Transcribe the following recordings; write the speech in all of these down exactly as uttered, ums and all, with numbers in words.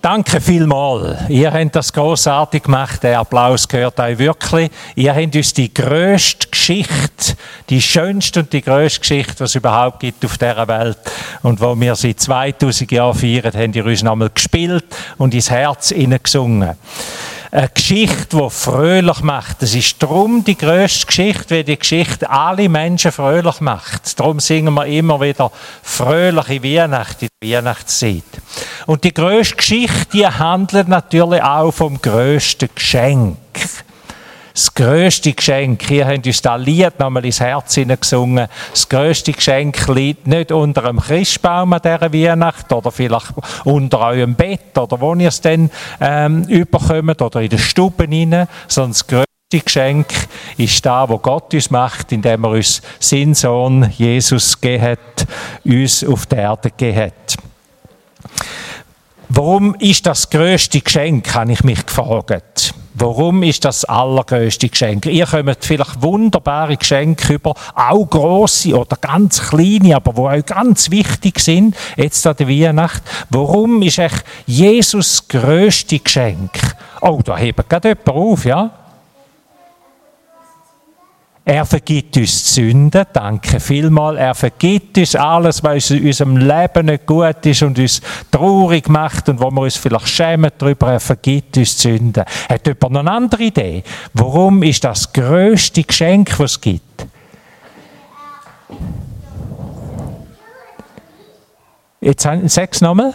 Danke vielmals. Ihr habt das grossartig gemacht. Der Applaus gehört euch wirklich. Ihr habt uns die grösste Geschichte, die schönste und die grösste Geschichte, die es überhaupt gibt auf dieser Welt und wo wir seit zweitausend Jahren feiern, habt ihr uns nochmal gespielt und ins Herz hineingesungen. Eine Geschichte, die fröhlich macht. Das ist darum die grösste Geschichte, weil die Geschichte alle Menschen fröhlich macht. Darum singen wir immer wieder fröhliche Weihnacht in der Weihnachtszeit. Und die grösste Geschichte, die handelt natürlich auch vom grössten Geschenk. Das grösste Geschenk, hier habt uns das Lied nochmal ins Herz hineingesungen, das grösste Geschenk liegt nicht unter einem Christbaum an dieser Weihnacht oder vielleicht unter eurem Bett oder wo ihr es dann ähm, überkommt oder in den Stuben rein, sondern das grösste Geschenk ist das, was Gott uns macht, indem er uns seinen Sohn Jesus gegeben hat, uns auf die Erde gegeben hat. Warum ist das grösste Geschenk, habe ich mich gefragt. Warum ist das allergrösste Geschenk? Ihr kommt vielleicht wunderbare Geschenke über, auch grosse oder ganz kleine, aber die euch ganz wichtig sind, jetzt an der Weihnacht. Warum ist echt Jesus das grösste Geschenk? Oh, da hebt gerade jemand auf, ja? Er vergibt uns die Sünden, danke vielmals. Er vergibt uns alles, was in unserem Leben nicht gut ist und uns traurig macht und wo wir uns vielleicht schämen darüber. Er vergibt uns die Sünden. Hat jemand noch eine andere Idee? Warum ist das das grösste Geschenk, das es gibt? Jetzt sag es nochmal.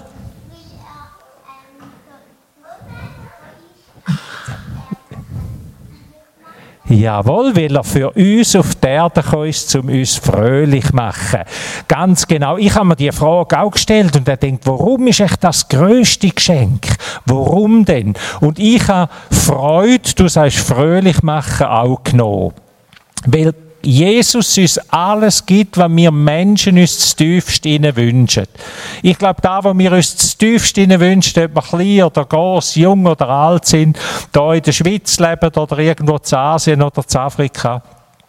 Jawohl, weil er für uns auf die Erde gekommen ist, um uns fröhlich zu machen. Ganz genau. Ich habe mir die Frage auch gestellt und er denkt, warum ist echt das grösste Geschenk? Warum denn? Und ich habe Freude, du sagst fröhlich machen, auch genommen. Weil Jesus uns alles gibt, was wir Menschen uns zu tiefst wünschen. Ich glaube, da, was wir uns zu tiefst wünschen, ob wir klein oder gross, jung oder alt sind, da in der Schweiz leben oder irgendwo in Asien oder in Afrika,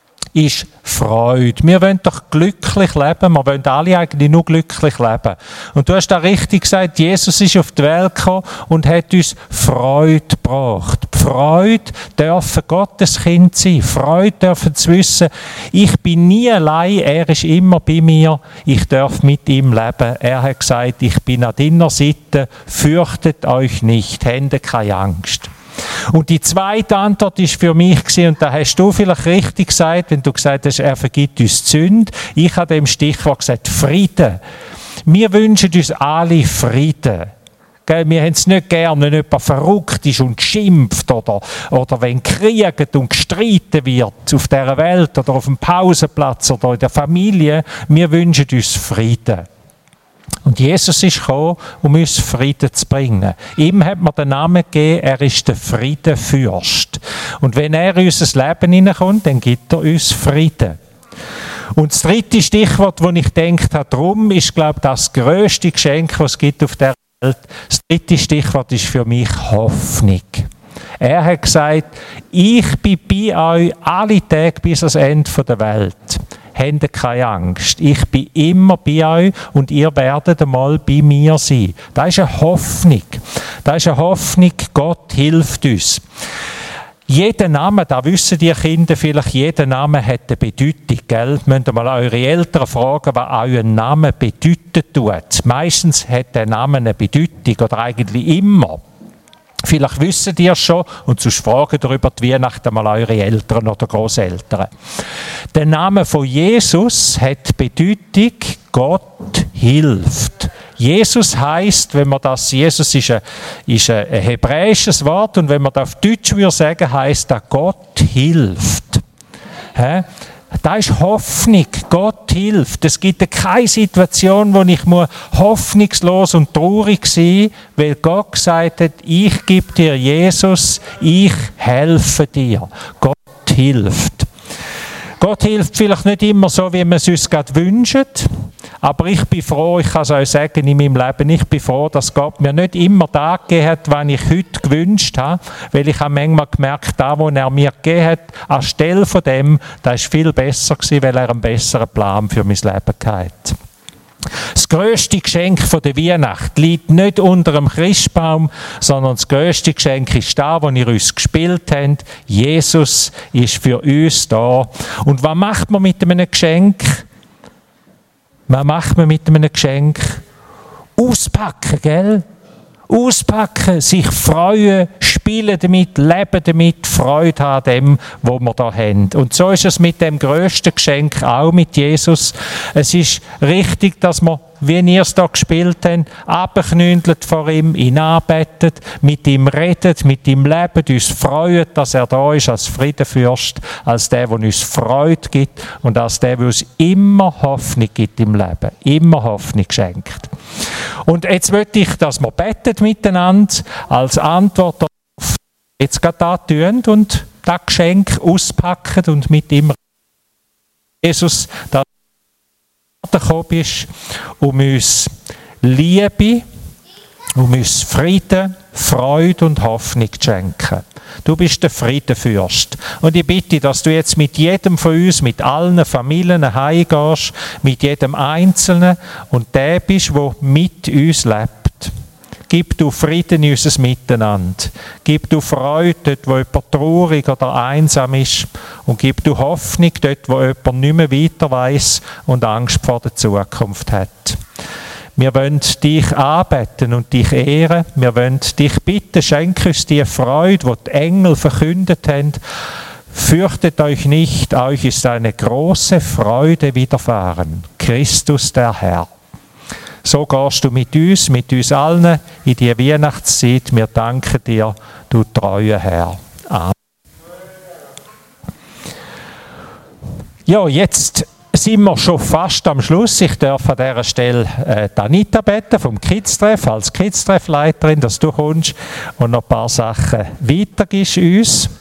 ist Freude. Wir wollen doch glücklich leben. Wir wollen alle eigentlich nur glücklich leben. Und du hast da richtig gesagt, Jesus ist auf die Welt gekommen und hat uns Freude gebracht. Freude dürfen Gottes Kind sein. Freude dürfen zu wissen, ich bin nie allein, er ist immer bei mir. Ich darf mit ihm leben. Er hat gesagt, ich bin an deiner Seite, fürchtet euch nicht, habt keine Angst. Und die zweite Antwort ist für mich gewesen, und da hast du vielleicht richtig gesagt, wenn du gesagt hast, er vergibt uns die Sünde. Ich habe dem Stichwort gesagt, Frieden. Wir wünschen uns alle Frieden. Wir haben es nicht gerne, wenn jemand verrückt ist und schimpft oder, oder wenn gekriegt und gestritten wird auf dieser Welt oder auf dem Pausenplatz oder in der Familie. Wir wünschen uns Frieden. Und Jesus ist gekommen, um uns Frieden zu bringen. Ihm hat man den Namen gegeben, er ist der Friedenfürst. Und wenn er in unser Leben hineinkommt, dann gibt er uns Frieden. Und das dritte Stichwort, das ich gedacht habe, darum ist, glaube ich, das grösste Geschenk, was es gibt auf der Welt. Das dritte Stichwort ist für mich Hoffnung. Er hat gesagt, ich bin bei euch alle Tage bis ans Ende der Welt. Habt keine Angst. Ich bin immer bei euch und ihr werdet einmal bei mir sein. Das ist eine Hoffnung. Das ist eine Hoffnung, Gott hilft uns. Jeder Name, da wissen die Kinder vielleicht, jeder Name hat eine Bedeutung. Gell? Müsst ihr mal eure Eltern fragen, was euer Name bedeuten tut. Meistens hat der Name eine Bedeutung oder eigentlich immer. Vielleicht wissen die es schon und sonst fragen darüber die Weihnachten mal eure Eltern oder Großeltern. Der Name von Jesus hat Bedeutung, Gott hilft. Jesus heisst, wenn man das, Jesus ist ein, ist ein hebräisches Wort und wenn man das auf Deutsch würde sagen, heisst das, Gott hilft. Hä? Das ist Hoffnung. Gott hilft. Es gibt keine Situation, wo ich hoffnungslos und traurig sein muss, weil Gott gesagt hat, ich gebe dir Jesus, ich helfe dir. Gott hilft. Gott hilft vielleicht nicht immer so, wie man es uns gerade wünscht, aber ich bin froh, ich kann es euch sagen in meinem Leben, ich bin froh, dass Gott mir nicht immer das gegeben hat, was ich heute gewünscht habe, weil ich habe manchmal gemerkt, das, was er mir gegeben hat, anstelle von dem, das war viel besser gewesen, weil er einen besseren Plan für mein Leben hatte. Das Das grösste Geschenk von der Weihnacht liegt nicht unter dem Christbaum, sondern das grösste Geschenk ist da, wo ihr uns gespielt habt. Jesus ist für uns da. Und was macht man mit einem Geschenk? Was macht man mit einem Geschenk? Auspacken, gell? Auspacken, sich freuen, spielen damit, leben damit, Freude haben an dem, was wir da haben. Und so ist es mit dem grössten Geschenk auch mit Jesus. Es ist richtig, dass wir, wie ihr es da gespielt habt, abknündelt vor ihm, ihn anbetet, mit ihm redet, mit ihm leben, uns freuen, dass er da ist als Friedenfürst, als der, der uns Freude gibt und als der, der uns immer Hoffnung gibt im Leben, immer Hoffnung schenkt. Und jetzt möchte ich, dass wir beten miteinander als Antwort auf jetzt gerade da tun und das Geschenk auspacken und mit ihm Jesus, dass du gekommen bist, um uns Liebe, um uns Frieden, Freude und Hoffnung zu schenken. Du bist der Friedenfürst. Und ich bitte, dass du jetzt mit jedem von uns, mit allen Familien heimgehst, mit jedem Einzelnen und der bist, der mit uns lebt. Gib du Frieden in unser Miteinander. Gib du Freude dort, wo jemand traurig oder einsam ist. Und gib du Hoffnung dort, wo jemand nicht mehr weiter weiss und Angst vor der Zukunft hat. Wir wollen dich anbeten und dich ehren. Wir wollen dich bitten, schenke uns die Freude, die die Engel verkündet haben. Fürchtet euch nicht, euch ist eine große Freude widerfahren. Christus der Herr. So gehst du mit uns, mit uns allen in die Weihnachtszeit. Wir danken dir, du treuer Herr. Amen. Ja, jetzt sind wir schon fast am Schluss. Ich darf an dieser Stelle äh, Anita beten vom Kids-Treff als Kids-Treff-Leiterin, dass du kommst und noch ein paar Sachen weitergibst uns.